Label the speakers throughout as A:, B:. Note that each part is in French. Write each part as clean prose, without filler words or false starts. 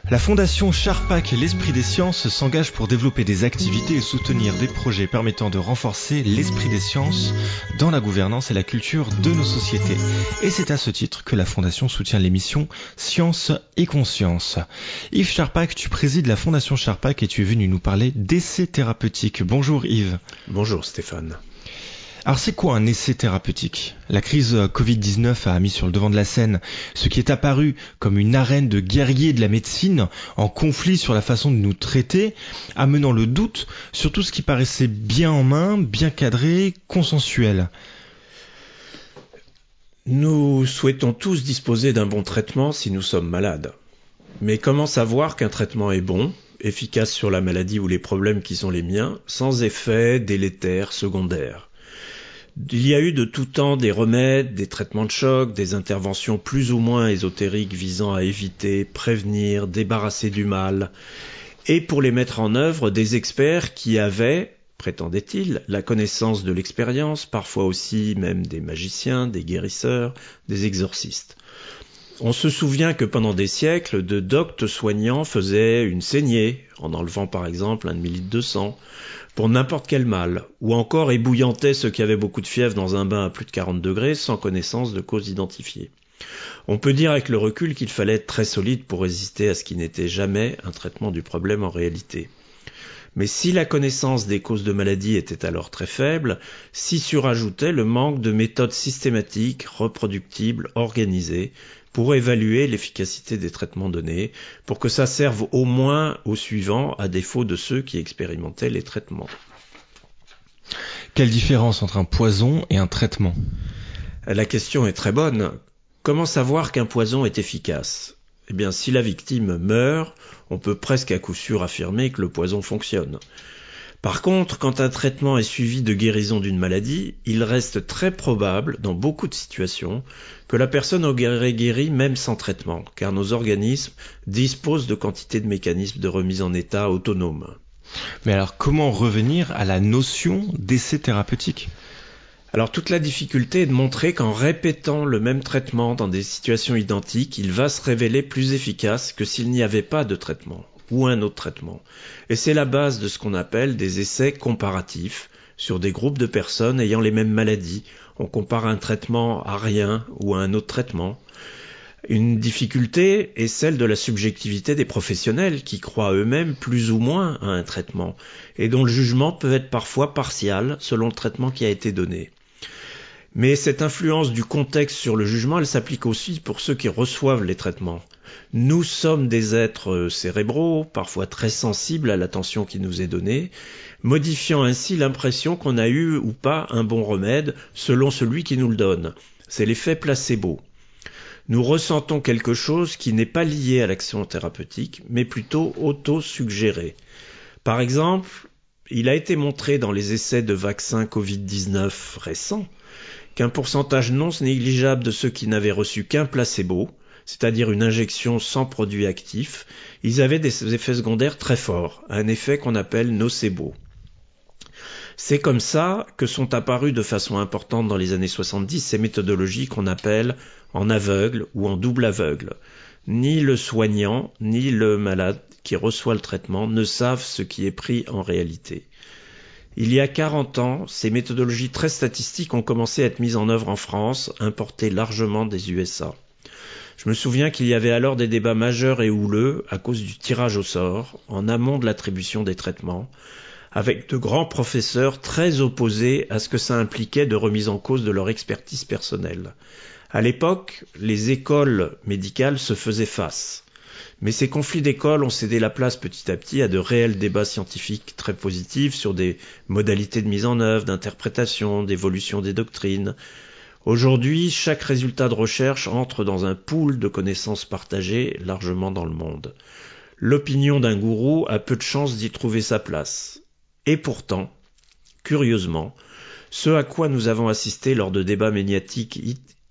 A: La Fondation Charpak et l'Esprit des Sciences s'engage pour développer des activités et soutenir des projets permettant de renforcer l'esprit des sciences dans la gouvernance et la culture de nos sociétés. Et c'est à ce titre que la Fondation soutient l'émission Science et Conscience. Yves Charpak, tu présides la Fondation Charpak et tu es venu nous parler d'essais thérapeutiques. Bonjour Yves.
B: Bonjour Stéphane.
A: Alors c'est quoi un essai thérapeutique ? La crise Covid-19 a mis sur le devant de la scène ce qui est apparu comme une arène de guerriers de la médecine en conflit sur la façon de nous traiter, amenant le doute sur tout ce qui paraissait bien en main, bien cadré, consensuel.
B: Nous souhaitons tous disposer d'un bon traitement si nous sommes malades. Mais comment savoir qu'un traitement est bon, efficace sur la maladie ou les problèmes qui sont les miens, sans effet délétère secondaire ? Il y a eu de tout temps des remèdes, des traitements de choc, des interventions plus ou moins ésotériques visant à éviter, prévenir, débarrasser du mal, et pour les mettre en œuvre, des experts qui avaient, prétendait-il, la connaissance de l'expérience, parfois aussi même des magiciens, des guérisseurs, des exorcistes. On se souvient que pendant des siècles, de doctes soignants faisaient une saignée, en enlevant par exemple 1 demi-litre de sang, pour n'importe quel mal, ou encore ébouillantaient ceux qui avaient beaucoup de fièvre dans un bain à plus de 40 degrés sans connaissance de cause identifiée. On peut dire avec le recul qu'il fallait être très solide pour résister à ce qui n'était jamais un traitement du problème en réalité. Mais si la connaissance des causes de maladie était alors très faible, s'y surajoutait le manque de méthodes systématiques, reproductibles, organisées, pour évaluer l'efficacité des traitements donnés, pour que ça serve au moins aux suivants, à défaut de ceux qui expérimentaient les traitements.
A: Quelle différence entre un poison et un traitement ?
B: La question est très bonne. Comment savoir qu'un poison est efficace ? Eh bien, si la victime meurt, on peut presque à coup sûr affirmer que le poison fonctionne. Par contre, quand un traitement est suivi de guérison d'une maladie, il reste très probable, dans beaucoup de situations, que la personne aurait guéri même sans traitement, car nos organismes disposent de quantité de mécanismes de remise en état autonomes.
A: Mais alors, comment revenir à la notion d'essai thérapeutique ?
B: Alors, toute la difficulté est de montrer qu'en répétant le même traitement dans des situations identiques, il va se révéler plus efficace que s'il n'y avait pas de traitement ou un autre traitement. Et c'est la base de ce qu'on appelle des essais comparatifs sur des groupes de personnes ayant les mêmes maladies. On compare un traitement à rien ou à un autre traitement. Une difficulté est celle de la subjectivité des professionnels qui croient eux-mêmes plus ou moins à un traitement et dont le jugement peut être parfois partial selon le traitement qui a été donné. Mais cette influence du contexte sur le jugement, elle s'applique aussi pour ceux qui reçoivent les traitements. Nous sommes des êtres cérébraux, parfois très sensibles à l'attention qui nous est donnée, modifiant ainsi l'impression qu'on a eu ou pas un bon remède selon celui qui nous le donne. C'est l'effet placebo. Nous ressentons quelque chose qui n'est pas lié à l'action thérapeutique, mais plutôt auto-suggéré. Par exemple, il a été montré dans les essais de vaccins Covid-19 récents qu'un pourcentage non négligeable de ceux qui n'avaient reçu qu'un placebo, c'est-à-dire une injection sans produit actif, ils avaient des effets secondaires très forts, un effet qu'on appelle nocebo. C'est comme ça que sont apparues de façon importante dans les années 70 ces méthodologies qu'on appelle en aveugle ou en double aveugle. Ni le soignant, ni le malade qui reçoit le traitement ne savent ce qui est pris en réalité. Il y a 40 ans, ces méthodologies très statistiques ont commencé à être mises en œuvre en France, importées largement des USA. Je me souviens qu'il y avait alors des débats majeurs et houleux à cause du tirage au sort, en amont de l'attribution des traitements, avec de grands professeurs très opposés à ce que ça impliquait de remise en cause de leur expertise personnelle. À l'époque, les écoles médicales se faisaient face. Mais ces conflits d'école ont cédé la place petit à petit à de réels débats scientifiques très positifs sur des modalités de mise en œuvre, d'interprétation, d'évolution des doctrines. Aujourd'hui, chaque résultat de recherche entre dans un pool de connaissances partagées largement dans le monde. L'opinion d'un gourou a peu de chances d'y trouver sa place. Et pourtant, curieusement, ce à quoi nous avons assisté lors de débats médiatiques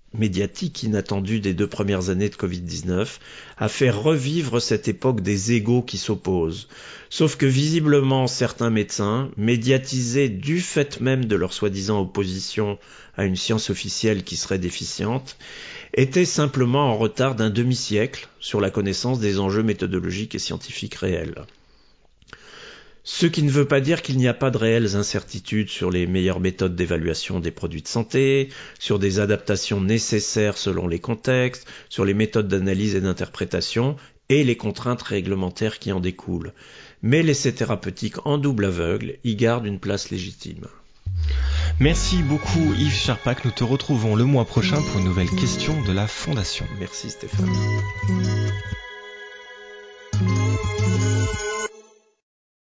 B: inattendus des 2 premières années de Covid-19 a fait revivre cette époque des égos qui s'opposent. Sauf que visiblement certains médecins, médiatisés du fait même de leur soi-disant opposition à une science officielle qui serait déficiente, étaient simplement en retard d'un demi-siècle sur la connaissance des enjeux méthodologiques et scientifiques réels. Ce qui ne veut pas dire qu'il n'y a pas de réelles incertitudes sur les meilleures méthodes d'évaluation des produits de santé, sur des adaptations nécessaires selon les contextes, sur les méthodes d'analyse et d'interprétation et les contraintes réglementaires qui en découlent. Mais l'essai thérapeutique en double aveugle y garde une place légitime.
A: Merci beaucoup Yves Charpak, nous te retrouvons le mois prochain pour une nouvelle question de la Fondation.
B: Merci Stéphane.